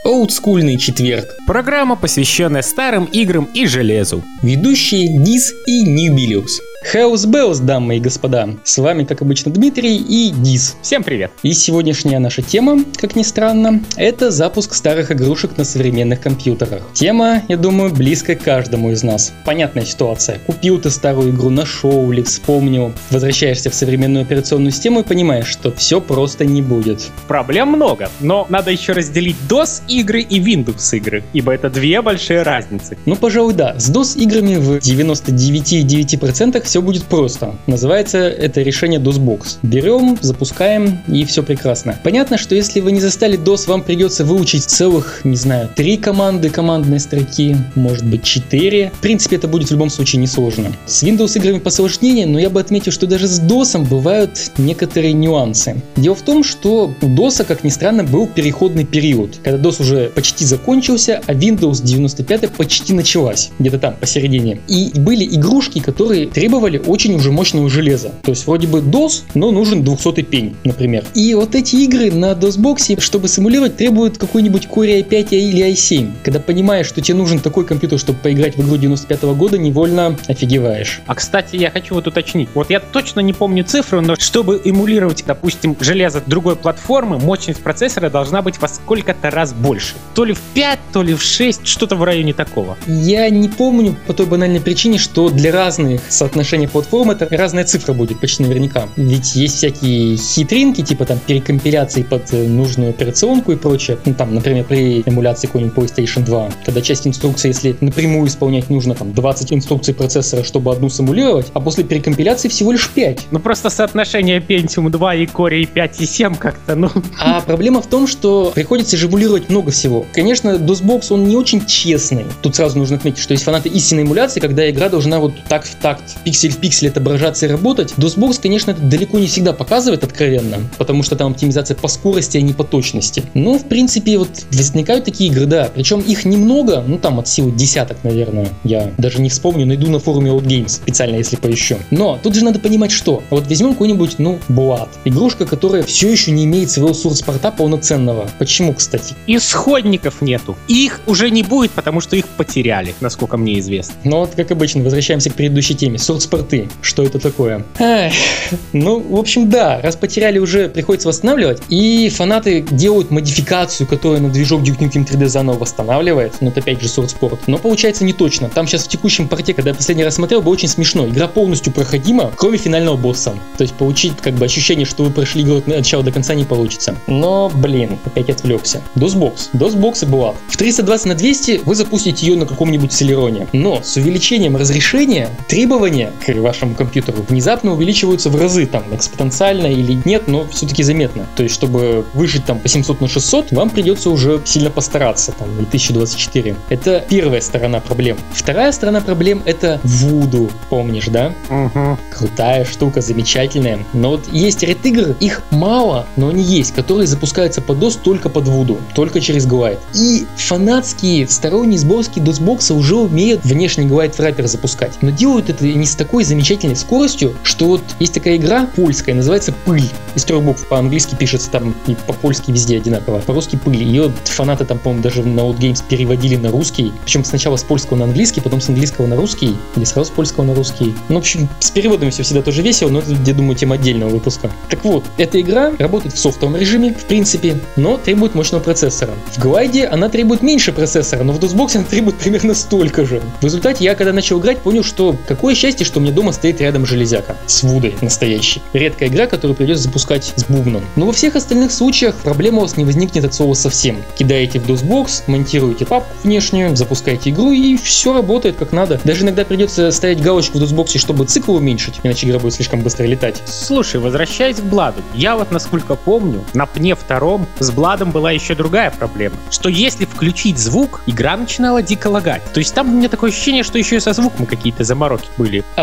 Олдскульный четверг. Программа, посвященная старым играм и железу. Ведущие Диз и Ньюбилиус. Хаус Белls, дамы и господа. С вами, как обычно, Дмитрий и Диз. Всем привет. И сегодняшняя наша тема, как ни странно, это запуск старых игрушек на современных компьютерах. Тема, я думаю, близкая каждому из нас. Понятная ситуация. Купил ты старую игру, нашел или вспомнил. Возвращаешься в современную операционную систему и понимаешь, что все просто не будет. Проблем много, но надо еще разделить DOS игры и Windows игры, ибо это две большие разницы. Ну, пожалуй, да. С DOS играми в 99,9% все будет просто. Называется это решение DOSBox. Берем, запускаем и все прекрасно. Понятно, что если вы не застали DOS, вам придется выучить целых, 3 команды командной строки, может быть 4. В принципе, это будет в любом случае несложно. С Windows играми посложнее, но я бы отметил, что даже с DOS бывают некоторые нюансы. Дело в том, что у DOS, как ни странно, был переходный период, когда DOS уже почти закончился, а Windows 95 почти началась, где-то там посередине. И были игрушки, которые требовали очень уже мощного железа. То есть вроде бы DOS, но нужен 200-й пень, например. И вот эти игры на DOSBox, чтобы симулировать, требуют какой-нибудь Core i5 или i7. Когда понимаешь, что тебе нужен такой компьютер, чтобы поиграть в игру 95-го года, невольно офигеваешь. А кстати, я хочу вот уточнить. Вот я точно не помню цифру, но чтобы эмулировать, допустим, железо другой платформы, мощность процессора должна быть во сколько-то раз больше. То ли в 5, то ли в 6, что-то в районе такого. Я не помню по той банальной причине, что для разных соотношений платформ это разная цифра будет почти наверняка. Ведь есть всякие хитринки, типа там перекомпиляции под нужную операционку и прочее. Ну там, например, при эмуляции какой-нибудь PlayStation 2, когда часть инструкции, если напрямую исполнять нужно там 20 инструкций процессора, чтобы одну симулировать, а после перекомпиляции всего лишь 5. Ну просто соотношение Pentium 2 и Core i5 и 7 как-то, А проблема в том, что приходится эмулировать много всего. Конечно, DOSBox, он не очень честный. Тут сразу нужно отметить, что есть фанаты истинной эмуляции, когда игра должна вот так в такт, пиксель в пиксель отображаться и работать. DOSBox, конечно, это далеко не всегда показывает откровенно, потому что там оптимизация по скорости, а не по точности. Но, в принципе, вот возникают такие игры, да. Причем их немного, там от силы десяток, наверное. Я даже не вспомню, найду на форуме OutGames специально, если поищу. Но тут же надо понимать, что. Вот возьмем какой-нибудь, Blood. Игрушка, которая все еще не имеет своего сорс-порта полноценного. Почему, кстати? Исходников нету. Их уже не будет, потому что их потеряли, насколько мне известно. Но вот, как обычно, возвращаемся к предыдущей теме. Сорс-порты. Что это такое? В общем, да, раз потеряли, уже приходится восстанавливать. И фанаты делают модификацию, которая на движок Duke Nukem 3D заново восстанавливает. Но это опять же сорс-порт. Но получается не точно. Там сейчас в текущем порте, когда я последний раз смотрел, было очень смешно. Игра полностью проходима, кроме финального босса. То есть получить ощущение, что вы прошли игру от начала до конца, не получится. Но, опять отвлекся. DOSBox и Blood. В 320/200 вы запустите ее на каком-нибудь Celeron. Но с увеличением разрешения требования к вашему компьютеру внезапно увеличиваются в разы, экспоненциально или нет, но все-таки заметно. То есть, чтобы выжить по 700/600, вам придется уже сильно постараться, и 1024. Это первая сторона проблем. Вторая сторона проблем — это Voodoo. Помнишь, да? Угу. Крутая штука, замечательная. Но вот есть ряд игр, их мало, но они есть, которые запускаются под DOS только под Voodoo, только через Glide. И фанатские сторонние сборки DOSBox уже умеют внешний Glide Wrapper запускать. Но делают это не с такой замечательной скоростью, что вот есть такая игра польская, называется «Пыль». Из 3 букв, по-английски пишется и по-польски везде одинаково. По-русски «Пыль». Ее фанаты по-моему, даже на OutGames переводили на русский. Причем сначала с польского на английский, потом с английского на русский. Или сразу с польского на русский. В общем, с переводами все всегда тоже весело, но это, я думаю, тема отдельного выпуска. Так вот, эта игра работает в софтовом режиме, в принципе, но требует мощного процессора. В Glide она требует меньше процессора, но в DOSBox она требует примерно столько же. В результате я, когда начал играть, понял, что какое счастье, что у меня дома стоит рядом железяка с Вудой настоящий. Редкая игра, которую придется запускать с бубном. Но во всех остальных случаях проблема у вас не возникнет от слова совсем. Кидаете в DOSBox, монтируете папку внешнюю, запускаете игру и все работает как надо. Даже иногда придется ставить галочку в DOSBox, чтобы цикл уменьшить, иначе игра будет слишком быстро летать. Слушай, возвращаясь к Бладу, я насколько помню, на пне 2 с Бладом была еще другая проблема, что если включить звук, игра начинала дико лагать. То есть там у меня такое ощущение, что еще и со звуком какие-то замороки были. А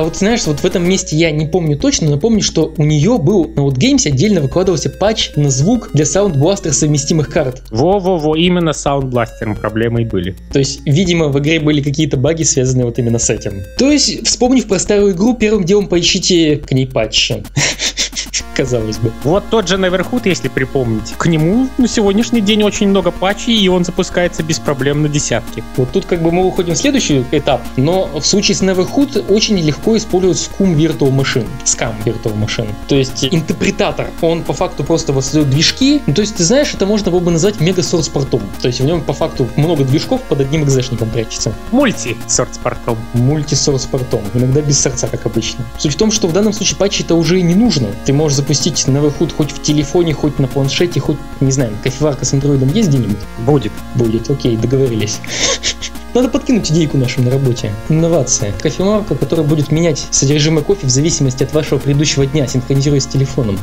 А вот знаешь, вот в этом месте я не помню точно, но помню, что у нее был на OutGames отдельно выкладывался патч на звук для Sound Blaster совместимых карт. Во-во-во, именно с Sound Blaster проблемы и были. То есть, видимо, в игре были какие-то баги, связанные вот именно с этим. То есть, вспомнив про старую игру, первым делом поищите к ней патчи. Казалось бы. Вот тот же Neverhood, если припомнить. К нему на сегодняшний день очень много патчей, и он запускается без проблем на десятки. Вот тут как бы мы уходим в следующий этап, но в случае с Neverhood очень легко использовать Scum Virtual Machine. Scum Virtual Machine. То есть интерпретатор. Он по факту просто воссоздает движки. Ну, то есть, ты знаешь, это можно было бы назвать мега-сорс-портом. То есть в нем по факту много движков под одним экзешником прячется. Мульти-сорс-портом. Мульти-сорс-портом. Иногда без сорца, как обычно. Суть в том, что в данном случае патчи это уже и не нужно. Ты можешь запустить Neverhood хоть в телефоне, хоть на планшете, хоть, не знаю, кофеварка с андроидом есть где-нибудь? Будет. Будет, окей, договорились. Надо подкинуть идейку нашим на работе. Инновация. Кофемарка, которая будет менять содержимое кофе в зависимости от вашего предыдущего дня, синхронизируясь с телефоном.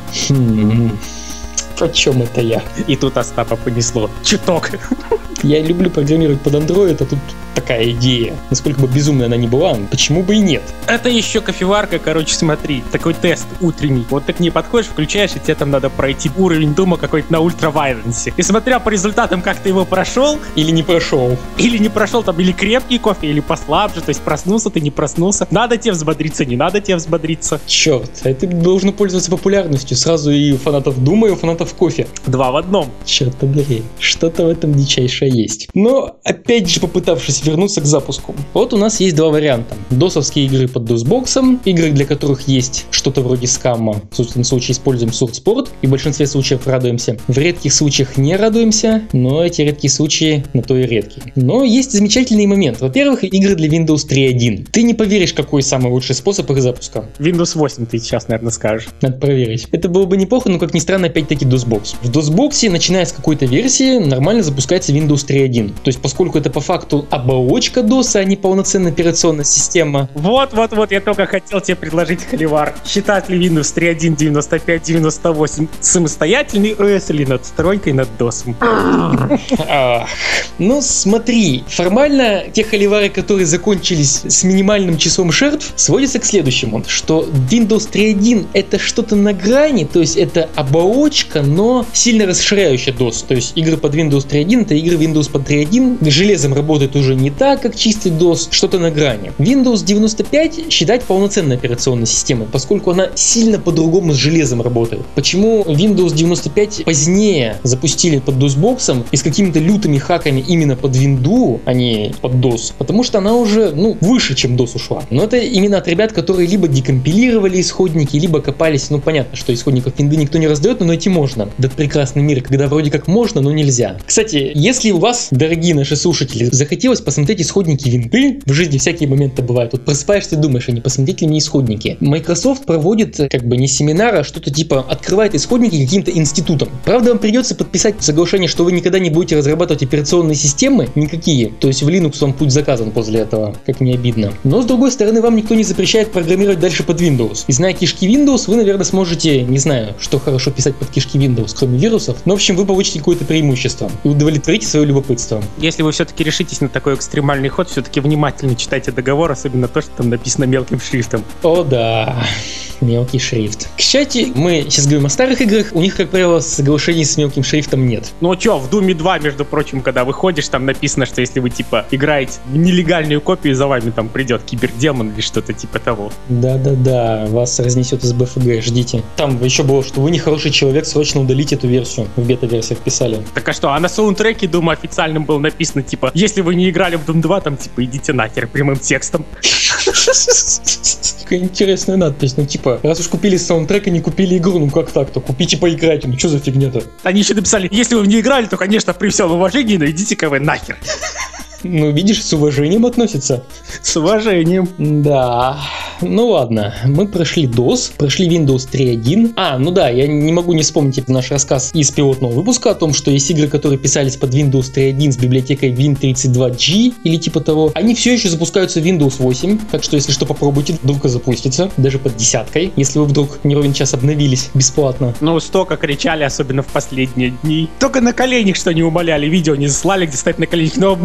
О чем это я? И тут Остапа понесло. Чуток. Я люблю программировать под Android, а тут такая идея. Насколько бы безумная она ни была, почему бы и нет? Это еще кофеварка, короче, смотри. Такой тест утренний. Вот ты к ней подходишь, включаешь, и тебе там надо пройти уровень дома какой-то на ультравайленсе. И смотря по результатам, как ты его прошел... Или не прошел. Или не прошел, там, или крепкий кофе, или послабже. То есть проснулся ты, не проснулся. Надо тебе взбодриться, не надо тебе взбодриться. Черт, это должно пользоваться популярностью. Сразу и у фанатов Дума, и у фанатов кофе. 2 в 1. Черт побери, что-то в этом дичайшее есть. Но, опять же, попытавшись вернуться к запуску. Вот у нас есть 2 варианта. Досовские игры под DOSBox, игры, для которых есть что-то вроде скамма. В собственном случае используем SourcePort, и в большинстве случаев радуемся. В редких случаях не радуемся, но эти редкие случаи на то и редкие. Но есть замечательный момент. Во-первых, игры для Windows 3.1. Ты не поверишь, какой самый лучший способ их запуска. Windows 8 ты сейчас, наверное, скажешь. Надо проверить. Это было бы неплохо, но, как ни странно, опять-таки DOSBox. В DOSBox, начиная с какой-то версии, нормально запускается Windows 3.1. То есть, поскольку это по факту оболочка DOS, а не полноценная операционная система. Вот, я только хотел тебе предложить холивар. Считать ли Windows 3.1, 95, 98 самостоятельный OS или надстройкой над DOS? Ну, смотри, формально те холивары, которые закончились с минимальным числом жертв, сводятся к следующему, что Windows 3.1 это что-то на грани, то есть это оболочка, но сильно расширяющая DOS. То есть игры под Windows 3.1 это игры Windows под 3.1, железом работает уже не так, как чистый DOS, что-то на грани. Windows 95 считать полноценной операционной системой, поскольку она сильно по-другому с железом работает. Почему Windows 95 позднее запустили под DOSBox и с какими-то лютыми хаками именно под Windows, а не под DOS? Потому что она уже, выше, чем DOS ушла. Но это именно от ребят, которые либо декомпилировали исходники, либо копались, понятно, что исходников Windows никто не раздает, но найти можно. Этот прекрасный мир, когда вроде как можно, но нельзя. Кстати, если у вас, дорогие наши слушатели, захотелось посмотреть исходники винды, в жизни всякие моменты бывают, вот просыпаешься и думаешь, а не посмотреть ли мне исходники? Microsoft проводит не семинар, а что-то типа открывает исходники каким-то институтом. Правда, вам придется подписать соглашение, что вы никогда не будете разрабатывать операционные системы никакие, то есть в Linux вам путь заказан после этого, как не обидно. Но с другой стороны, вам никто не запрещает программировать дальше под Windows. И зная кишки Windows, вы, наверное, сможете, не знаю, что хорошо писать под кишки Windows, кроме вирусов, но в общем вы получите какое-то преимущество и удовлетворите свое любопытство. Если вы все-таки решитесь на такой экстремальный ход, все-таки внимательно читайте договор, особенно то, что там написано мелким шрифтом. О да, мелкий шрифт. К счастью, мы сейчас говорим о старых играх, у них, как правило, соглашений с мелким шрифтом нет. Ну а чё, в Doom 2, между прочим, когда выходишь, там написано, что если вы играете в нелегальную копию, за вами там придет кибердемон или что-то типа того. Да-да-да, вас разнесет из БФГ, ждите. Там еще было, что вы нехороший человек, срочно удалите эту версию. В бета-версиях писали. Так а что, а на саундтреке Doom официальным было написано, если вы не играли в Doom 2, там идите нахер прямым текстом. Какая интересная надпись, раз уж купили саундтрек и не купили игру, как так-то? Купите, поиграйте, что за фигня-то? Они еще написали, если вы не играли, то, конечно, при всем уважении, но идите-ка вы нахер. Видишь, с уважением относятся. С уважением. Да. Ладно. Мы прошли DOS, прошли Windows 3.1. Я не могу не вспомнить наш рассказ из пилотного выпуска о том, что есть игры, которые писались под Windows 3.1 с библиотекой Win32G или типа того. Они все еще запускаются в Windows 8, так что если что, попробуйте, вдруг запустится, даже под десяткой, если вы вдруг не ровен час обновились бесплатно. Столько кричали, особенно в последние дни. Только на коленях, что не умоляли, видео не заслали, где стоит на коленях, обновитесь.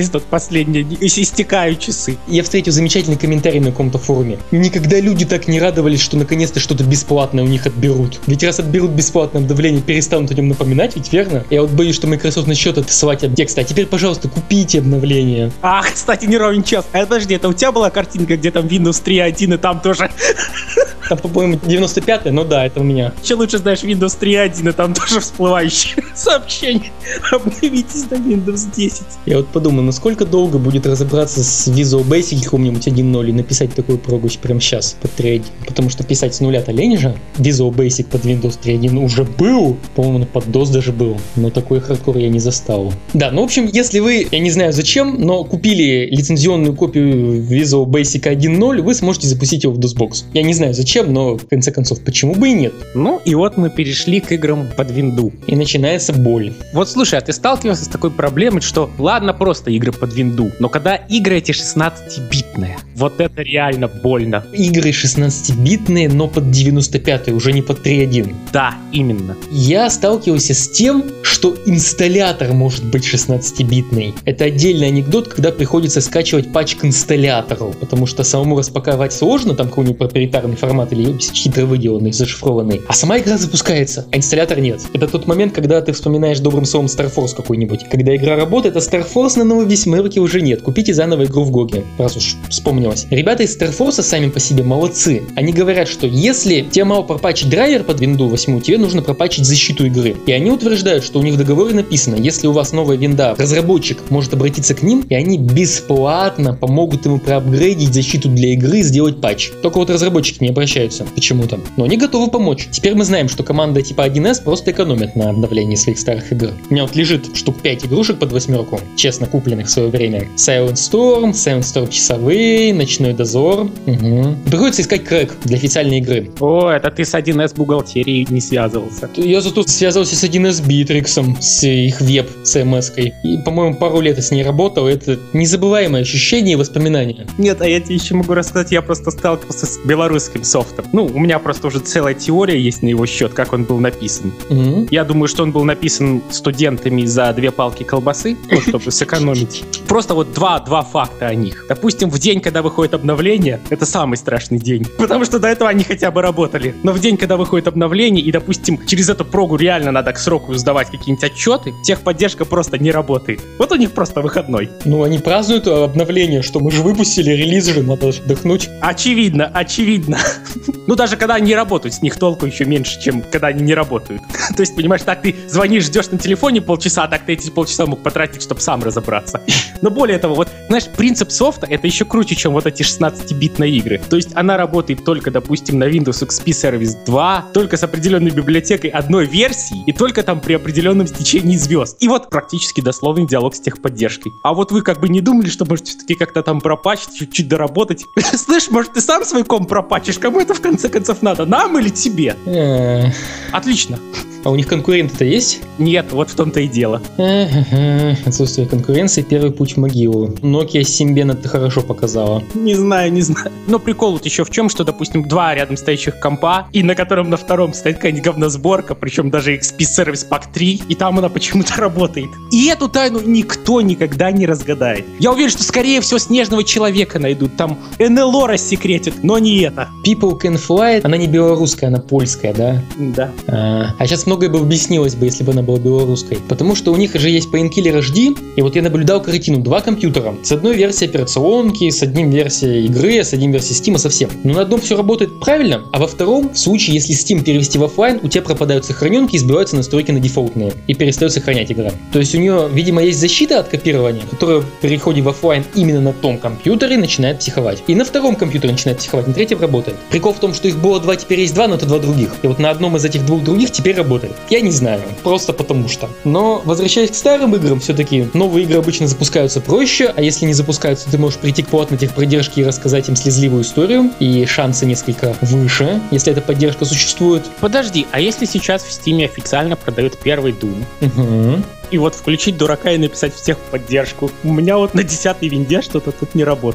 здесь тут последнее, истекают часы. Я встретил замечательный комментарий на каком-то форуме. Никогда люди так не радовались, что наконец-то что-то бесплатное у них отберут. Ведь раз отберут бесплатное обновление, перестанут о нем напоминать, ведь верно? Я вот боюсь, что Microsoft начнет отсылать текст. А теперь, пожалуйста, купите обновление. Ах, кстати, не ровен час. А подожди, это у тебя была картинка, где там Windows 3.1 и там тоже... Там, по-моему, 95-е, но да, это у меня. Еще лучше знаешь Windows 3.1 и там тоже всплывающие сообщения. Обновитесь на Windows 10. Я вот подумал, насколько долго будет разобраться с Visual Basic каком-нибудь 1.0 и написать такую прогу прямо сейчас под 3.1. Потому что писать с нуля-то лень же. Visual Basic под Windows 3.1 уже был. По-моему, под DOS даже был. Но такой хардкор я не застал. Да, ну в общем, если вы, я не знаю зачем, но купили лицензионную копию Visual Basic 1.0, вы сможете запустить его в DOSBox. Я не знаю зачем, но в конце концов, почему бы и нет? Ну и вот мы перешли к играм под винду. И начинается боль. Вот слушай, а ты сталкивался с такой проблемой, что ладно просто игры под винду, но когда игры эти 16-битные, вот это реально больно. Игры 16-битные, но под 95-й, уже не под 3.1. Да, именно. Я сталкивался с тем, что инсталлятор может быть 16-битный. Это отдельный анекдот, когда приходится скачивать патч к инсталлятору, потому что самому распаковать сложно, там какой-нибудь проприетарный формат или хитро выделанный, зашифрованный. А сама игра запускается, а инсталлятор нет. Это тот момент, когда ты вспоминаешь добрым словом Star Force какой-нибудь. Когда игра работает, а Star Force на новой весьмерке уже нет. Купите заново игру в Гоге, раз уж вспомнилось. Ребята из Star Force сами по себе молодцы. Они говорят, что если тебе мало пропатчить драйвер под Windows 8, тебе нужно пропатчить защиту игры. И они утверждают, что у них в договоре написано, если у вас новая винда, разработчик может обратиться к ним, и они бесплатно помогут ему проапгрейдить защиту для игры и сделать патч. Только вот разработчики не обращаются почему-то. Но они готовы помочь. Теперь мы знаем, что команда типа 1С просто экономит на обновлении своих старых игр. У меня вот лежит штук 5 игрушек под восьмерку, честно купленных в свое время. Silent Storm часовые, Ночной дозор. Угу. Приходится искать крэк для официальной игры. О, это ты с 1С бухгалтерией не связывался. Я зато связывался с 1С Битриксом, с их веб CMS-кой. И, по-моему, пару лет с ней работал. Это незабываемое ощущение и воспоминания. Нет, а я тебе еще могу рассказать, я просто сталкивался с белорусским софтом. Ну, у меня просто уже целая теория есть на его счет, как он был написан. Угу. Я думаю, что он был написан студентами за 2 палки колбасы, ну, чтобы сэкономить. Просто вот два факта о них. Допустим, в день, когда выходит обновление, это самый страшный день. Потому что до этого они хотя бы работали. Но в день, когда выходит обновление, и, допустим, через эту прогу реально надо к сроку сдавать какие-нибудь отчеты, техподдержка просто не работает. Вот у них просто выходной. Ну, они празднуют обновление, что мы же выпустили релиз же, надо отдохнуть. Очевидно. Ну, даже когда они работают, с них толку еще меньше, чем когда они не работают. То есть, понимаешь, так ты звонишь, ждешь на телефоне полчаса, а так ты эти полчаса мог потратить, чтобы сам разобраться. Но более того, вот, знаешь, принцип софта — это еще круче, чем вот эти 16-битные игры. То есть она работает только, допустим, на Windows XP Service 2, только с определенной библиотекой одной версии и только там при определенном стечении звезд. И вот практически дословный диалог с техподдержкой. А вот вы как бы не думали, что можете все-таки как-то там пропатчить, чуть-чуть доработать? Слышь, может, ты сам свой комп пропатчишь? Кому это в конце концов надо? Нам или тебе? Отлично. А у них конкуренты-то есть? Нет, вот в том-то и дело. Отсутствие конкуренции — первый путь в могилу. Nokia Symbian это хорошо показала. Не знаю. Но прикол вот еще в чем, что, допустим, 2 рядом стоящих компа, и на котором на втором стоит какая-нибудь говносборка, причем даже XP Service Pack 3, и там она почему-то работает. И эту тайну никто никогда не разгадает. Я уверен, что скорее всего Снежного Человека найдут, там НЛО рассекретят, но не это. People Can Fly, она не белорусская, она польская, да? Да. А сейчас многое бы объяснилось бы, если бы она была белорусской. Потому что у них же есть Painkiller HD, и вот я наблюдал картину: 2 компьютера. С одной версией операционки, с одним версией игры, с одним версией Steam, совсем. Но на одном все работает правильно, а во втором, в случае, если Steam перевести в офлайн, у тебя пропадают сохраненки и сбиваются настройки на дефолтные, и перестает сохранять игра. То есть у нее, видимо, есть защита от копирования, которая при переходе в офлайн именно на том компьютере начинает психовать. И на втором компьютере начинает психовать, на третьем работает. Прикол в том, что их было 2, теперь есть 2, но это 2 других. И вот на одном из этих 2 других теперь работает. Я не знаю, просто потому что. Но, возвращаясь к старым играм, все-таки новые игры обычно запускаются проще, а если не запускаются, ты можешь прийти к платной техподдержке и рассказать им слезливую историю, и шансы несколько выше, если эта поддержка существует. Подожди, а если сейчас в Steam официально продают первый Doom? Угу. И вот включить дурака и написать в техподдержку: у меня вот на 10-й винде что-то тут не работает.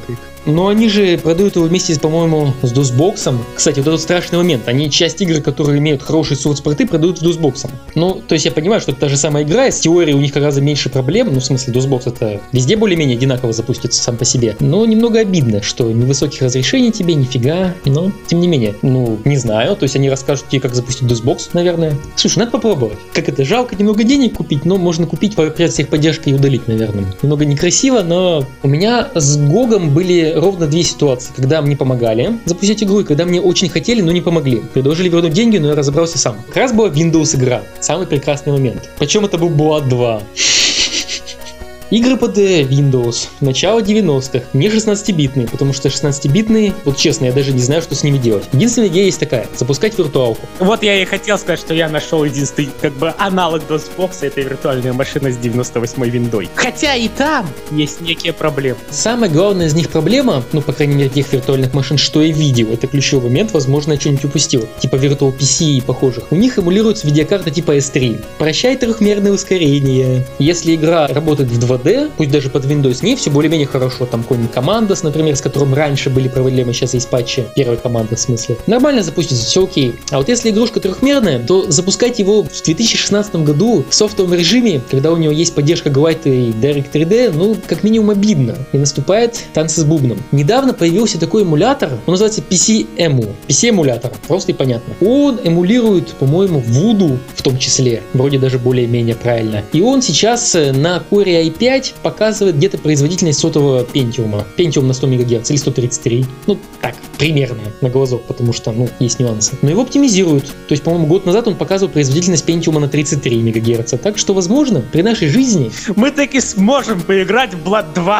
Но они же продают его вместе, по-моему, с DOSBox. Кстати, вот этот страшный момент. Они часть игр, которые имеют хорошие source-порты, продают с DOSBox. Ну, то есть я понимаю, что это та же самая игра, с теорией у них гораздо меньше проблем. Ну, в смысле, DOSBox это везде более-менее одинаково запустится сам по себе. Но немного обидно, что невысоких разрешений тебе, нифига. Но, тем не менее, ну, не знаю. То есть они расскажут тебе, как запустить DOSBox, наверное. Слушай, надо попробовать. Как это, жалко немного денег купить, но можно купить по техподдержке и удалить, наверное. Немного некрасиво, но у меня с GOG были ровно две ситуации. Когда мне помогали запустить игру, и когда мне очень хотели, но не помогли. Предложили вернуть деньги, но я разобрался сам. Как раз была Windows игра. Самый прекрасный момент. Причем это был Blood 2. Игры под Windows, начало 90-х, не 16-битные, потому что 16-битные, вот честно, я даже не знаю, что с ними делать. Единственная идея есть такая, запускать виртуалку. Вот я и хотел сказать, что я нашел единственный, как бы, аналог DOSBox, это виртуальная машина с 98-й виндой. Хотя и там есть некие проблемы. Самая главная из них проблема, ну, по крайней мере, тех виртуальных машин, что я видел, это ключевой момент, возможно, я что-нибудь упустил, типа Virtual PC и похожих. У них эмулируется видеокарта типа S3. Прощай трехмерное ускорение. Если игра работает в 2D, пусть даже под Windows, с ней все более-менее хорошо. Там какой-нибудь Commandos, например, с которым раньше были проблемы, сейчас есть патчи. Первая команда, в смысле. Нормально запустится, все окей. А вот если игрушка трехмерная, то запускать его в 2016 году в софтовом режиме, когда у него есть поддержка Glide и Direct 3D, ну, как минимум обидно. И наступает танцы с бубном. Недавно появился такой эмулятор, он называется PC-EMU. PC-эмулятор, просто и понятно. Он эмулирует, по-моему, Voodoo в том числе. Вроде даже более-менее правильно. И он сейчас на Core i5 показывает где-то производительность сотового Pentium. Pentium на 100 МГц или 133. Ну, так, примерно на глазок, потому что, ну, есть нюансы. Но его оптимизируют. То есть, по-моему, год назад он показывал производительность Pentium на 33 МГц. Так что, возможно, при нашей жизни... Мы таки сможем поиграть в Blood 2.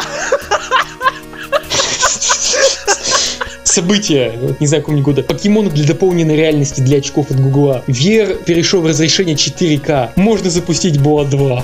События, не знаю, какого-нибудь года. Покемоны для дополненной реальности для очков от Гугла. VR перешел в разрешение 4К. Можно запустить Blood 2.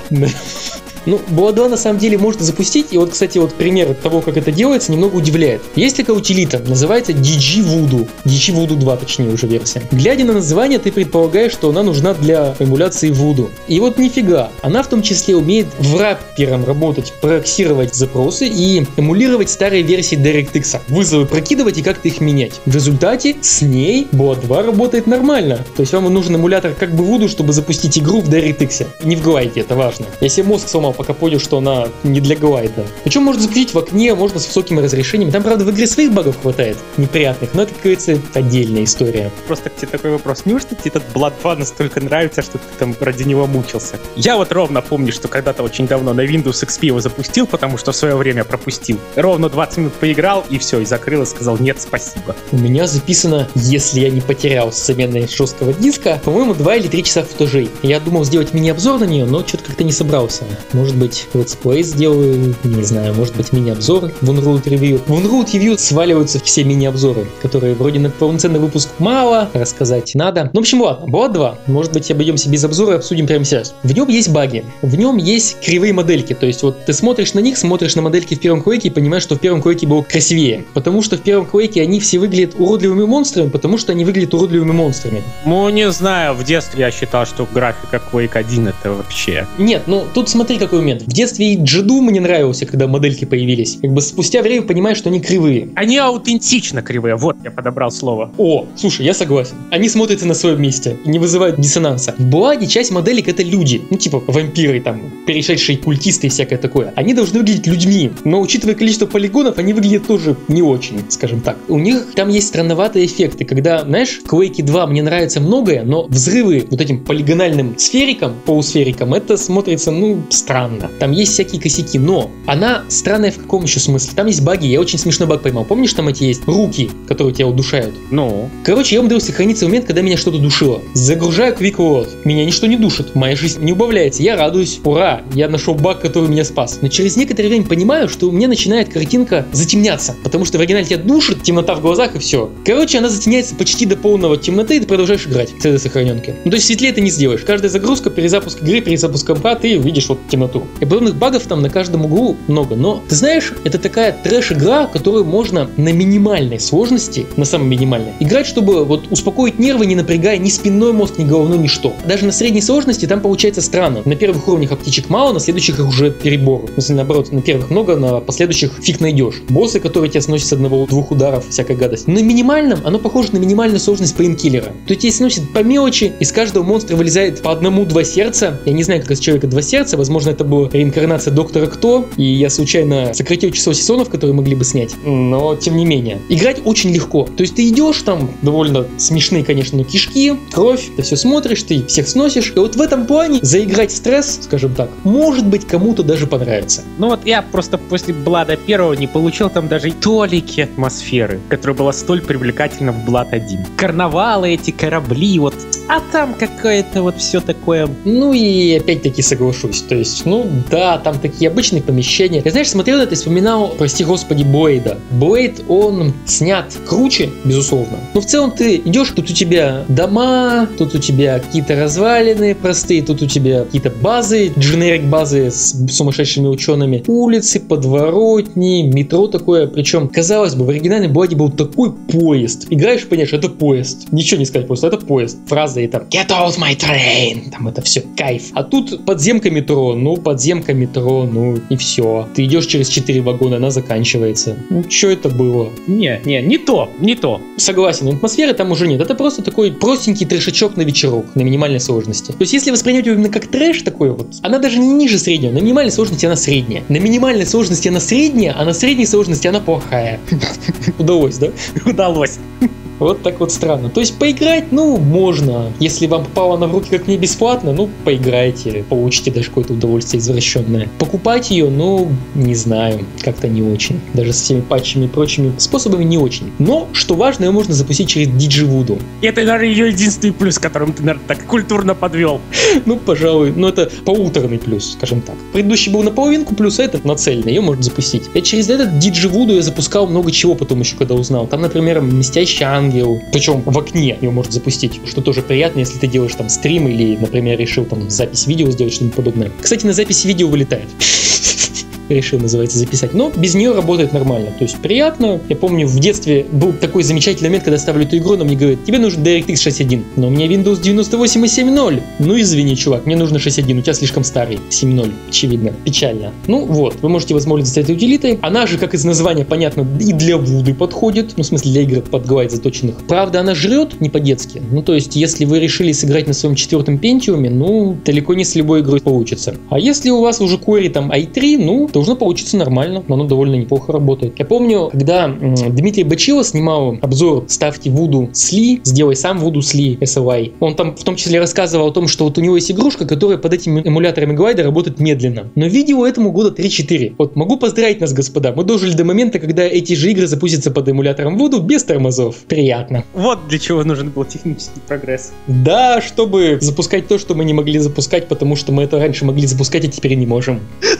Ну, Blood 2 на самом деле можно запустить, и вот, кстати, вот пример того, как это делается, немного удивляет. Есть такая утилита, называется DG Voodoo. DG Voodoo 2, точнее, уже версия. Глядя на название, ты предполагаешь, что она нужна для эмуляции Voodoo. И вот нифига. Она в том числе умеет враппером работать, проксировать запросы и эмулировать старые версии DirectX. Вызовы прокидывать и как-то их менять. В результате с ней Blood 2 работает нормально. То есть вам нужен эмулятор как бы Voodoo, чтобы запустить игру в DirectX. Не в Glide, это важно. Я себе мозг сломал, пока понял, что она не для глайда. Причем можно запустить в окне, можно с высокими разрешениями. Там, правда, в игре своих багов хватает, неприятных, но это, как говорится, отдельная история. Просто к тебе такой вопрос. Неужто тебе этот Blood 2 настолько нравится, что ты там ради него мучился? Я вот ровно помню, что когда-то очень давно на Windows XP его запустил, потому что в свое время пропустил. Ровно 20 минут поиграл, и все, и закрыл, и сказал нет, спасибо. У меня записано, если я не потерял с заменой жесткого диска, по-моему, 2 или 3 часа футажей. Я думал сделать мини-обзор на нее, но что-то как-то не собрался. Может быть, летсплей сделаю, не знаю, может быть, мини-обзор в Unroot Review. В Unroot Review сваливаются все мини-обзоры, которые вроде на полноценный выпуск мало, рассказать надо. Ну, в общем, ладно, Blood 2. Может быть, обойдемся без обзора, обсудим прямо сейчас. В нем есть баги, в нем есть кривые модельки, то есть вот ты смотришь на них, смотришь на модельки в первом Quake и понимаешь, что в первом Quake было красивее. Потому что в первом Quake они все выглядят уродливыми монстрами, потому что они выглядят уродливыми монстрами. Ну, не знаю, в детстве я считал, что графика Quake 1 это вообще... Нет, ну, тут смотри какой момент. В детстве и Джеду мне нравился, когда модельки появились. Как бы спустя время понимаешь, что они кривые. Они аутентично кривые, вот я подобрал слово. О, слушай, я согласен. Они смотрятся на своем месте и не вызывают диссонанса. В Бладе часть моделек это люди. Ну, типа вампиры, там, перешедшие культисты и всякое такое. Они должны выглядеть людьми. Но учитывая количество полигонов, они выглядят тоже не очень, скажем так. У них там есть странноватые эффекты, когда, знаешь, в Quake 2 мне нравится многое, но взрывы вот этим полигональным сфериком, полусфериком, это смотрится, ну, странно. Там есть всякие косяки, но она странная в каком еще смысле? Там есть баги, я очень смешной баг поймал. Помнишь, там эти есть руки, которые тебя удушают? Ну? Короче, я умудрился сохраниться в момент, когда меня что-то душило. Загружаю Quick Load. Меня ничто не душит, моя жизнь не убавляется. Я радуюсь, ура, я нашел баг, который меня спас. Но через некоторое время понимаю, что у меня начинает картинка затемняться, потому что в оригинале тебя душит, темнота в глазах и все. Короче, она затемняется почти до полного темноты, и ты продолжаешь играть с этой сохраненки. Ну, то есть светлее ты не сделаешь. Каждая загрузка, перезапуск игры, перезапуск компа, ты видишь вот темноту температуру. И подобных багов там на каждом углу много. Но, ты знаешь, это такая трэш-игра, которую можно на минимальной сложности, на самой минимальной, играть, чтобы вот успокоить нервы, не напрягая ни спинной мозг, ни головной, ничто. Даже на средней сложности там получается странно. На первых уровнях аптечек мало, на следующих их уже перебор. Если наоборот, на первых много, на последующих фиг найдешь. Боссы, которые тебя сносят с одного-двух ударов, всякая гадость. На минимальном оно похоже на минимальную сложность пейнкиллера. То есть тебя сносит по мелочи, из каждого монстра вылезает по одному-два сердца. Я не знаю, как из человека два сердца, возможно, это была реинкарнация Доктора Кто, и я случайно сократил число сезонов, которые могли бы снять. Но, тем не менее, играть очень легко. То есть ты идешь, там довольно смешные, конечно, но кишки, кровь, ты все смотришь, ты всех сносишь. И вот в этом плане заиграть в стресс, скажем так, может быть, кому-то даже понравится. Ну вот я просто после Блада 1 не получил там даже толики атмосферы, которая была столь привлекательна в Blood 1. Карнавалы эти, корабли, вот. А там какое-то вот все такое... Ну и опять-таки соглашусь. То есть, ну да, там такие обычные помещения. Я, знаешь, смотрел это и вспоминал, прости господи, Блейда. Блейд, он снят круче, безусловно. Но в целом ты идешь, тут у тебя дома, тут у тебя какие-то развалины простые, тут у тебя какие-то базы, дженерик базы с сумасшедшими учеными, улицы, подворотни, метро такое. Причем, казалось бы, в оригинальной Бладе был такой поезд. Играешь, понимаешь, это поезд. Ничего не сказать, просто это поезд. Фраза и там «Get out my train!» Там это все кайф. А тут подземка метро, ну и все. Ты идешь через 4 вагона, она заканчивается. Ну, что это было? Не то. Согласен, атмосферы там уже нет. Это просто такой простенький трэшачок на вечерок, на минимальной сложности. То есть, если воспринять его именно как трэш такой вот, она даже не ниже среднего. На минимальной сложности она средняя. На минимальной сложности она средняя, а на средней сложности она плохая. Удалось, да? Удалось. Вот так вот странно. То есть поиграть, ну, можно. Если вам попало она в руки как не бесплатно, ну, поиграйте. Получите даже какое-то удовольствие извращенное. Покупать ее, ну, не знаю. Как-то не очень. Даже с всеми патчами и прочими способами не очень. Но, что важно, ее можно запустить через Дидживуду. Это, наверное, ее единственный плюс, которым ты, наверное, так культурно подвел. Ну, пожалуй. Ну, это полуторный плюс, скажем так. Предыдущий был наполовинку плюс, а этот нацеленный. Ее можно запустить. И через этот Дидживуду я запускал много чего потом еще, когда узнал. Там, например, Мстящий ангел. Причем в окне ее можно запустить, что тоже приятно, если ты делаешь там стрим или, например, решил там запись видео сделать, что-нибудь подобное. Кстати, на записи видео вылетает. Решил, называется, записать. Но без нее работает нормально. То есть приятно. Я помню, в детстве был такой замечательный момент, когда ставлю эту игру, но мне говорят, тебе нужен DirectX 6.1. Но у меня Windows 98 и 7.0. Ну извини, чувак, мне нужно 6.1, у тебя слишком старый. 7.0, очевидно. Печально. Ну вот, вы можете воспользоваться этой утилитой. Она же, как из названия понятно, и для вуды подходит. Ну, в смысле, для игр под глайд заточенных. Правда, она жрет не по-детски. Ну, то есть, если вы решили сыграть на своем 4-м Pentium, ну, далеко не с любой игрой получится. А если у вас уже Core там i3, ну, должно получиться нормально, но оно довольно неплохо работает. Я помню, когда Дмитрий Бачило снимал обзор «Ставьте Вуду Сли, сделай сам Вуду Сли SLI», он там в том числе рассказывал о том, что вот у него есть игрушка, которая под этими эмуляторами глайда работает медленно. Но видео этому года 3-4. Вот могу поздравить нас, господа, мы дожили до момента, когда эти же игры запустятся под эмулятором Вуду без тормозов. Приятно. Вот для чего нужен был технический прогресс. Да, чтобы запускать то, что мы не могли запускать, потому что мы это раньше могли запускать, а теперь не можем.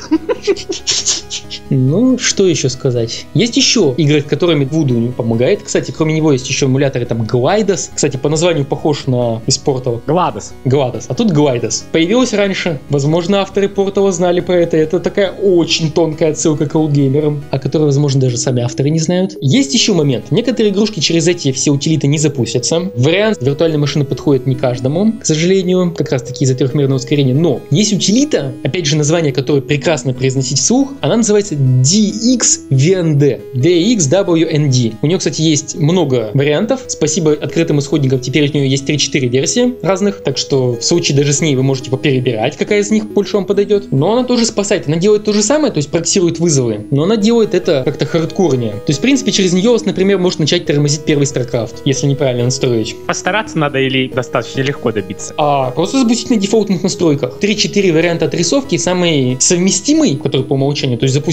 Ну, что еще сказать? Есть еще игры, с которыми Voodoo помогает. Кстати, кроме него есть еще эмуляторы там Glidus. Кстати, по названию похож на из Portal. GLaDOS. А тут Glidus. Появилось раньше. Возможно, авторы Portal знали про это. Это такая очень тонкая отсылка к олдгеймерам, о которой, возможно, даже сами авторы не знают. Есть еще момент. Некоторые игрушки через эти все утилиты не запустятся. Вариант виртуальной машины подходит не каждому, к сожалению. Как раз таки из-за трехмерного ускорения. Но есть утилита, опять же, название которое прекрасно произносить вслух. Она называется DXVND. DXWND. У нее, кстати, есть много вариантов. Спасибо открытым исходникам. Теперь у нее есть 3-4 версии разных. Так что в случае даже с ней вы можете поперебирать, какая из них больше вам подойдет. Но она тоже спасает. Она делает то же самое, то есть проксирует вызовы. Но она делает это как-то хардкорнее. То есть, в принципе, через нее у вас, например, может начать тормозить первый StarCraft, если неправильно настроить. Постараться надо или достаточно легко добиться? Просто запустить на дефолтных настройках. 3-4 варианта отрисовки. Самый совместимый, который по умолчанию, то есть запустить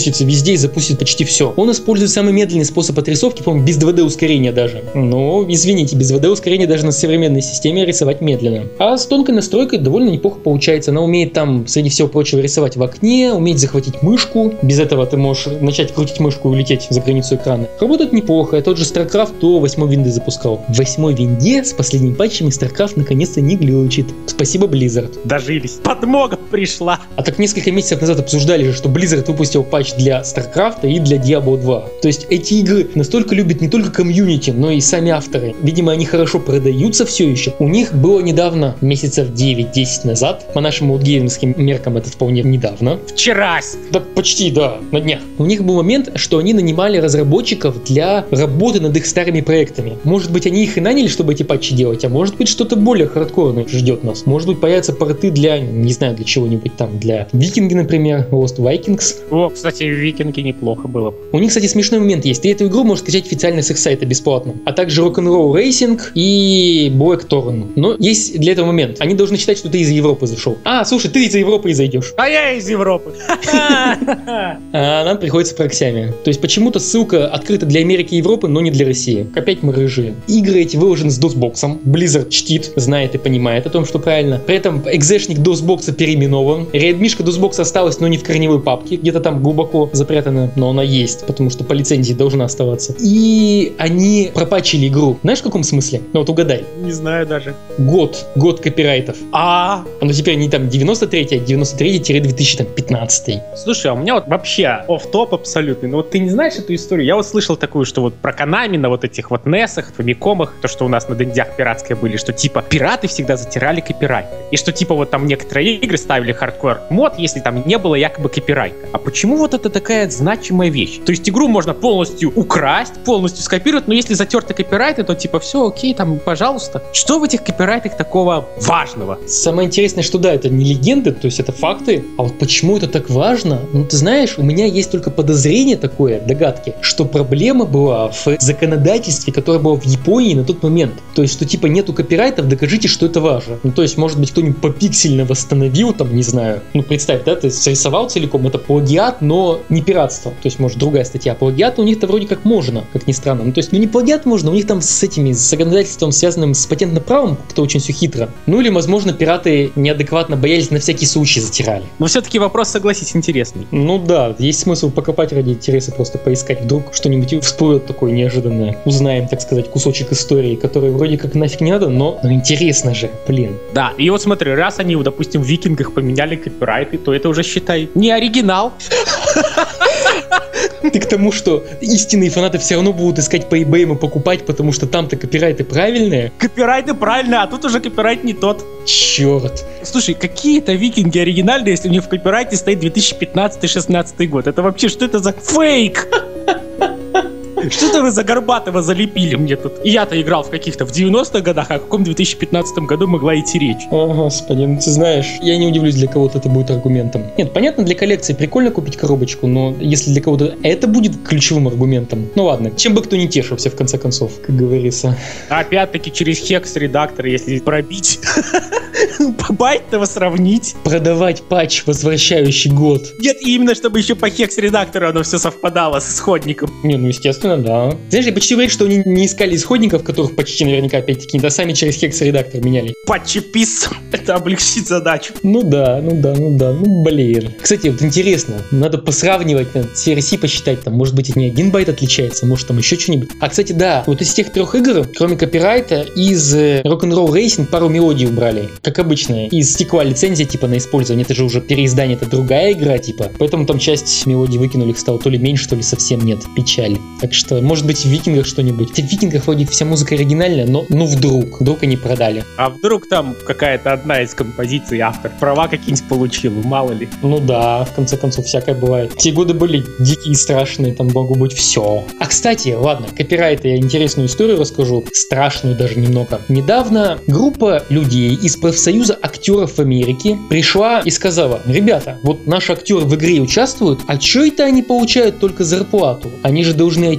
запустится везде и запустит почти все. Он использует самый медленный способ отрисовки, по-моему, без 2D ускорения даже. Но, извините, без 2D ускорения даже на современной системе рисовать медленно. А с тонкой настройкой довольно неплохо получается. Она умеет там, среди всего прочего, рисовать в окне, умеет захватить мышку. Без этого ты можешь начать крутить мышку и улететь за границу экрана. Работает неплохо. Я тот же StarCraft до 8 винды запускал. В 8 винде с последними патчами StarCraft наконец-то не глючит. Спасибо, Blizzard. Дожились. Подмога пришла. А так несколько месяцев назад обсуждали же, что Blizzard выпустил патч для StarCraft и для Diablo 2. То есть эти игры настолько любят не только комьюнити, но и сами авторы. Видимо, они хорошо продаются все еще. У них было недавно, месяцев 9-10 назад, по нашим геймерским меркам это вполне недавно. Вчера. Да почти, да, на днях. У них был момент, что они нанимали разработчиков для работы над их старыми проектами. Может быть, они их и наняли, чтобы эти патчи делать, а может быть, что-то более хардкорное ждет нас. Может быть, появятся порты для, не знаю, для чего-нибудь там, для Викинги, например, Lost Vikings. О, кстати, Викинги неплохо было. У них, кстати, смешной момент есть. Ты эту игру можешь скачать официально с их сайта бесплатно. А также Rock'n'Roll Racing и Blackthorn. Но есть для этого момент. Они должны считать, что ты из Европы зашел. А, слушай, ты из Европы и зайдешь. А я из Европы. А нам приходится проксями. То есть почему-то ссылка открыта для Америки и Европы, но не для России. Опять мы рыжие. Игры эти выложены с DOSBox. Blizzard чтит, знает и понимает о том, что правильно. При этом экзешник DOSBox переименован. Реадмишка DOSBox осталась, но не в корневой папке. Где-то там глубоко запрятана, но она есть, потому что по лицензии должна оставаться. И они пропатчили игру. Знаешь, в каком смысле? Ну вот угадай. Не знаю даже. Год копирайтов. Оно теперь не там 93-й, а 93-2015. Слушай, а у меня вот вообще офф-топ абсолютный. Ну вот ты не знаешь эту историю? Я вот слышал такую, что вот про Konami на вот этих вот NES-ах, Famicom'ах, то, что у нас на дендях пиратские были, что типа пираты всегда затирали копирайты. И что типа вот там некоторые игры ставили хардкор мод, если там не было якобы копирайта. А почему вот это такая значимая вещь? То есть игру можно полностью украсть, полностью скопировать, но если затерты копирайты, то типа все окей, там, пожалуйста. Что в этих копирайтах такого важного? Самое интересное, что да, это не легенды, то есть это факты. А вот почему это так важно? Ну ты знаешь, у меня есть только подозрение такое, догадки, что проблема была в законодательстве, которое было в Японии на тот момент. То есть, что типа нету копирайтов, докажите, что это ваше. Ну то есть, может быть, кто-нибудь попиксельно восстановил, там, не знаю. Ну представь, да, ты срисовал целиком, это плагиат, но не пиратство. То есть, может, другая статья. Плагиат у них-то вроде как можно, как ни странно. Ну то есть, ну не плагиат можно, у них там с законодательством, связанным с патентным правом, как-то очень все хитро. Ну или, возможно, пираты неадекватно боялись, на всякий случай затирали. Но все-таки вопрос, согласись, интересный. Ну да, есть смысл покопать ради интереса, просто поискать. Вдруг что-нибудь всплывет такое неожиданное. Узнаем, так сказать, кусочек истории, который вроде как нафиг не надо, но интересно же, блин. Да, и вот смотри, раз они, допустим, в Викингах поменяли копирайты, то это уже, считай, не оригинал. Ты к тому, что истинные фанаты все равно будут искать по eBay и покупать, потому что там-то копирайты правильные. Копирайты правильные, а тут уже копирайт не тот. Черт. Слушай, какие-то викинги оригинальные, если у них в копирайте стоит 2015-16 год? Это вообще, что это за фейк? Что-то вы за Горбатова залепили мне тут. И я-то играл в каких-то в 90-х годах, а в каком 2015 году могла идти речь? О, господи, ну ты знаешь, я не удивлюсь, для кого-то это будет аргументом. Нет, понятно, для коллекции прикольно купить коробочку, но если для кого-то это будет ключевым аргументом, ну ладно, чем бы кто не тешился, в конце концов, как говорится. Опять-таки через хекс-редактор, если пробить, байт-то сравнить. Продавать патч, возвращающий год. Нет, именно, чтобы еще по хекс-редактору оно все совпадало с исходником. Не, ну естественно, да. Знаешь, я почти уверен, что они не искали исходников, которых почти наверняка опять-таки, да сами через хекс-редактор меняли. Патчепис, это облегчит задачу. Ну блин. Кстати, вот интересно, надо посравнивать, CRC посчитать, там, может быть, и не 1 байт отличается, может там еще что-нибудь. А, кстати, да, вот из тех 3 игр, кроме копирайта, из Rock'n'Roll Racing пару мелодий убрали. Как обычно, из стекла лицензия типа на использование, это же уже переиздание, это другая игра типа. Поэтому там часть мелодий выкинули, их стало то ли меньше, то ли совсем нет. Печаль. Так что, может быть, в Викингах что-нибудь. В Викингах вроде вся музыка оригинальная, но ну вдруг они продали. А вдруг там какая-то одна из композиций автор права какие-нибудь получил, мало ли. Ну да, в конце концов, всякое бывает. Те годы были дикие и страшные, там могло быть все. А кстати, ладно, копирайт, я интересную историю расскажу, страшную даже немного. Недавно группа людей из профсоюза актеров в Америке пришла и сказала: ребята, вот наши актеры в игре участвуют, а чё это они получают только зарплату? Они же должны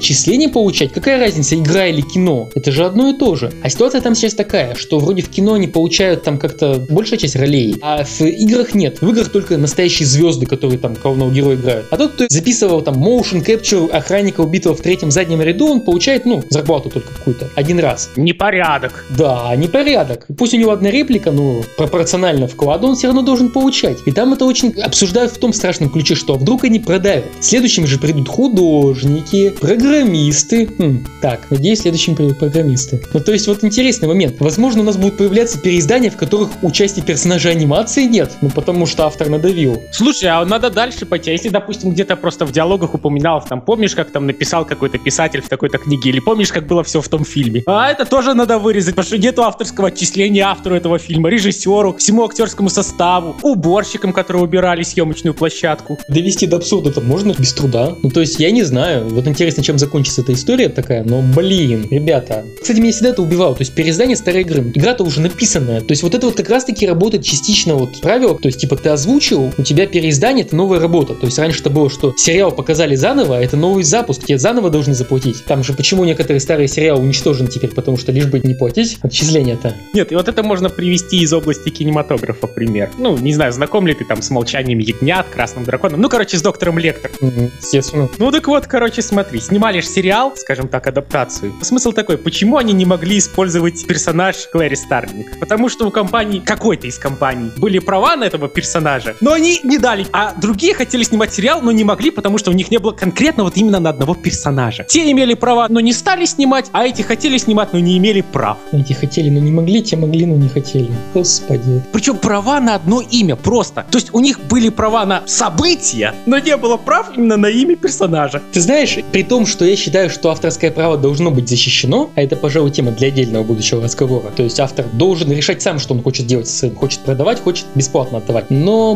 отчисления получать, какая разница, игра или кино? Это же одно и то же. А ситуация там сейчас такая, что вроде в кино они получают там как-то большая часть ролей, а в играх нет. В играх только настоящие звезды, которые там главного героя играют. А тот, кто записывал там motion capture охранника, убитого в третьем заднем ряду, он получает, зарплату только какую-то. Один раз. Непорядок. Да, непорядок. Пусть у него одна реплика, пропорционально вкладу он все равно должен получать. И там это очень обсуждают в том страшном ключе, что вдруг они продавят. Следующими же придут художники, программисты. Так, надеюсь, следующим придут программисты. То есть вот интересный момент. Возможно, у нас будут появляться переиздания, в которых участия персонажа анимации нет, потому что автор надавил. Слушай, а надо дальше пойти. А если, допустим, где-то просто в диалогах упоминал, там, помнишь, как там написал какой-то писатель в такой-то книге, или помнишь, как было все в том фильме? А это тоже надо вырезать, потому что нету авторского отчисления автору этого фильма, режиссеру, всему актерскому составу, уборщикам, которые убирали съемочную площадку. Довести до абсурда-то можно без труда. То есть я не знаю. Вот интересно, чем закончится эта история такая, но ребята. Кстати, меня всегда это убивало. То есть переиздание старой игры. Игра-то уже написанная. То есть вот это вот как раз-таки работает частично правило. То есть типа ты озвучил, у тебя переиздание — это новая работа. То есть раньше это было, что сериал показали заново, а это новый запуск. Тебе заново должны заплатить. Там же почему некоторые старые сериалы уничтожены теперь? Потому что лишь бы не платить отчисления-то. Нет, и вот это можно привести из области кинематографа пример. Не знаю, знаком ли ты там с «Молчанием ягнят», «Красным драконом», с «Доктором Лектор». Естественно. Так вот, смотри, снимали же сериал, скажем так, адаптацию. Смысл такой, почему они не могли использовать персонаж Клэри Старлинг? Потому что у компании, какой-то из компаний, были права на этого персонажа, но они не дали. А другие хотели снимать сериал, но не могли, потому что у них не было конкретно вот именно на одного персонажа. Те имели права, но не стали снимать, а эти хотели снимать, но не имели прав. Эти хотели, но не могли, те могли, но не хотели. Господи. Причем права на одно имя, просто. То есть у них были права на события, но не было прав именно на имя персонажа. Ты знаешь, при том, что я считаю, что авторское право должно быть защищено, а это, пожалуй, тема для отдельного будущего разговора. То есть автор должен решать сам, что он хочет делать со своим. Хочет продавать, хочет бесплатно отдавать. Но,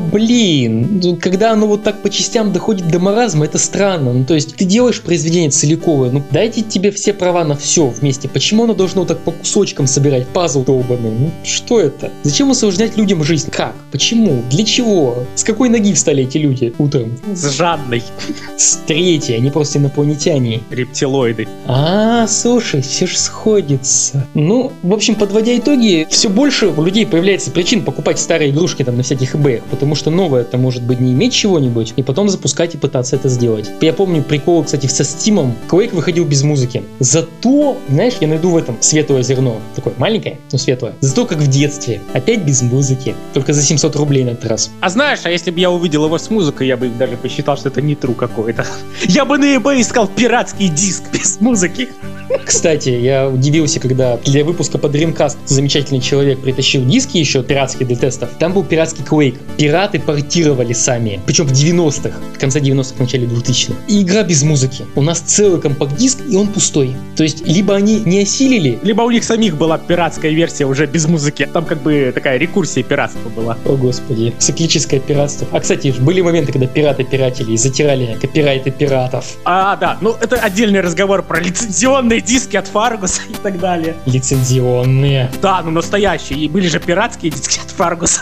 когда оно вот так по частям доходит до маразма, это странно. То есть ты делаешь произведение целиковое, дайте тебе все права на все вместе. Почему оно должно вот так по кусочкам собирать? Пазл долбанный. Что это? Зачем усложнять людям жизнь? Как? Почему? Для чего? С какой ноги встали эти люди утром? С жадной. С третьей, они просто инопланетяне. Рептилоиды. Слушай, все же сходится. В общем, подводя итоги, все больше у людей появляется причин покупать старые игрушки там на всяких eBay, потому что новое это может быть не иметь чего-нибудь, и потом запускать и пытаться это сделать. Я помню прикол, кстати, со Steam. Quake выходил без музыки. Зато, знаешь, я найду в этом светлое зерно. Такое маленькое, но светлое. Зато как в детстве. Опять без музыки. Только за 700 рублей на этот раз. А знаешь, если бы я увидел его с музыкой, я бы даже посчитал, что это не true какой-то. Я бы на eBay искал пиратский диск без музыки. Кстати, я удивился, когда для выпуска по Dreamcast замечательный человек притащил диски еще пиратские для тестов. Там был пиратский Quake. Пираты портировали сами. Причем в 90-х. В конце 90-х, в начале 2000-х. И игра без музыки. У нас целый компакт-диск, и он пустой. То есть, либо они не осилили, либо у них самих была пиратская версия уже без музыки. Там такая рекурсия пиратства была. О господи, циклическое пиратство. А кстати, были моменты, когда пираты пиратели и затирали копирайты пиратов. Да, это отдельный разговор про лицензионные диски от Фаргуса и так далее. Лицензионные. Да, настоящие. И были же пиратские диски от Фаргуса.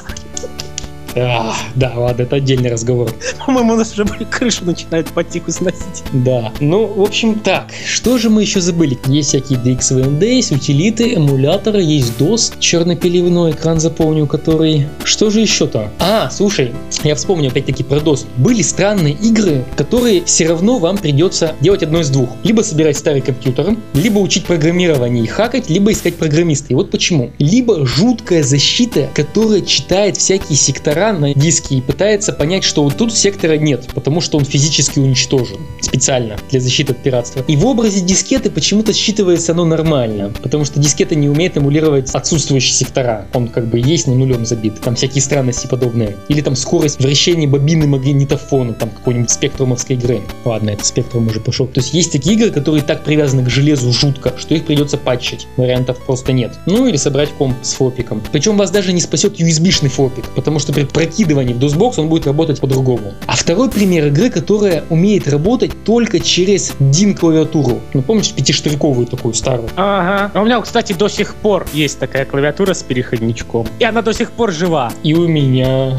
Да, ладно, это отдельный разговор. По-моему, у нас уже крышу начинают потиху сносить. Да, в общем, так, что же мы еще забыли? Есть всякие DXVMD, утилиты, эмуляторы, есть DOS, черно-пеливной экран заполнил, который... Что же еще-то? Слушай, я вспомнил опять-таки про DOS. Были странные игры, которые все равно вам придется делать одно из двух. Либо собирать старый компьютер, либо учить программирование и хакать, либо искать программиста. И вот почему. Либо жуткая защита, которая читает всякие сектора на диске и пытается понять, что вот тут сектора нет, потому что он физически уничтожен специально для защиты от пиратства. И в образе дискеты почему-то считывается оно нормально, потому что дискета не умеет эмулировать отсутствующие сектора. Он есть, но нулем забит. Там всякие странности подобные. Или там скорость вращения бобины магнитофона, там какой-нибудь спектрумовской игры. Ладно, это спектрум уже пошел. То есть есть такие игры, которые так привязаны к железу жутко, что их придется патчить. Вариантов просто нет. Или собрать комп с флопиком. Причем вас даже не спасет USB-шный флопик, потому что при прокидывании в DOSBox он будет работать по-другому. А второй пример игры, которая умеет работать только через DIN клавиатуру. Помнишь, пятиштырьковую такую старую? Ага. А у меня, кстати, до сих пор есть такая клавиатура с переходничком. И она до сих пор жива. И у меня.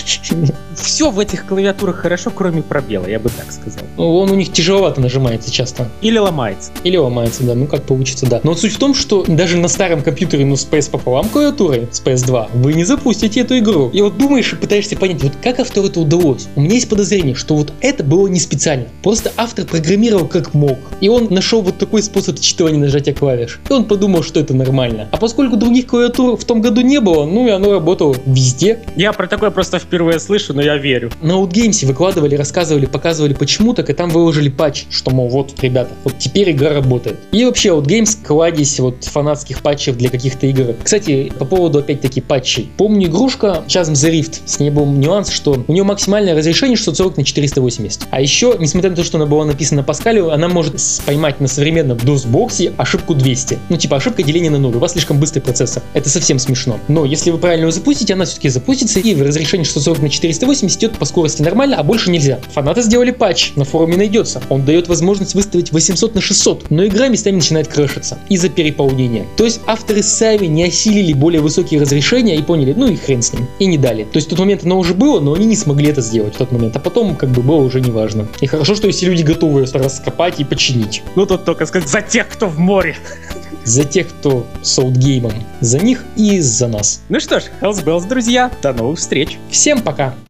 Все в этих клавиатурах хорошо, кроме пробела, я бы так сказал. Он у них тяжеловато нажимается часто. Или ломается. Или ломается, да, ну как получится, да. Но вот суть в том, что даже на старом компьютере, ну с PS пополам клавиатурой, с PS2, вы не запустите эту игру. И вот думаешь и пытаешься понять, вот как автору это удалось. У меня есть подозрение, что вот это было не специально. Просто автор программировал как мог. И он нашел вот такой способ считывания нажатия клавиш. И он подумал, что это нормально. А поскольку других клавиатур в том году не было, ну и оно работало везде. Я про такое просто впервые слышу, но я верю. На Outgames выкладывали, рассказывали, показывали почему так, и там выложили патч, что, мол, вот, ребята, вот теперь игра работает. И вообще Outgames кладезь вот фанатских патчев для каких-то игр. Кстати, по поводу опять-таки патчей. Помню игрушка Chasm the Rift, с ней был нюанс, что у нее максимальное разрешение 640 на 480. А еще, несмотря на то, что она была написана на Паскале, она может поймать на современном DOS-боксе ошибку 200. Ну типа ошибка деления на 0, у вас слишком быстрый процессор. Это совсем смешно. Но если вы правильно его запустите, она все-таки запустится, и в разрешении 640 на 480 идет по скорости нормально, а больше нельзя. Фанаты сделали патч, на форуме найдется. Он дает возможность выставить 800 на 600, но игра местами начинает крашиться из-за переполнения. То есть авторы сами не осилили более высокие разрешения и поняли, ну и хрен с ним, и не дали. То есть в тот момент оно уже было, но они не смогли это сделать в тот момент, а потом как бы было уже неважно. И хорошо, что если люди готовы раскопать и починить. Ну тут только сказать, за тех, кто в море. За тех, кто с Outgame'ом. За них и за нас. Ну что ж, Hells Bells, друзья, до новых встреч. Всем пока!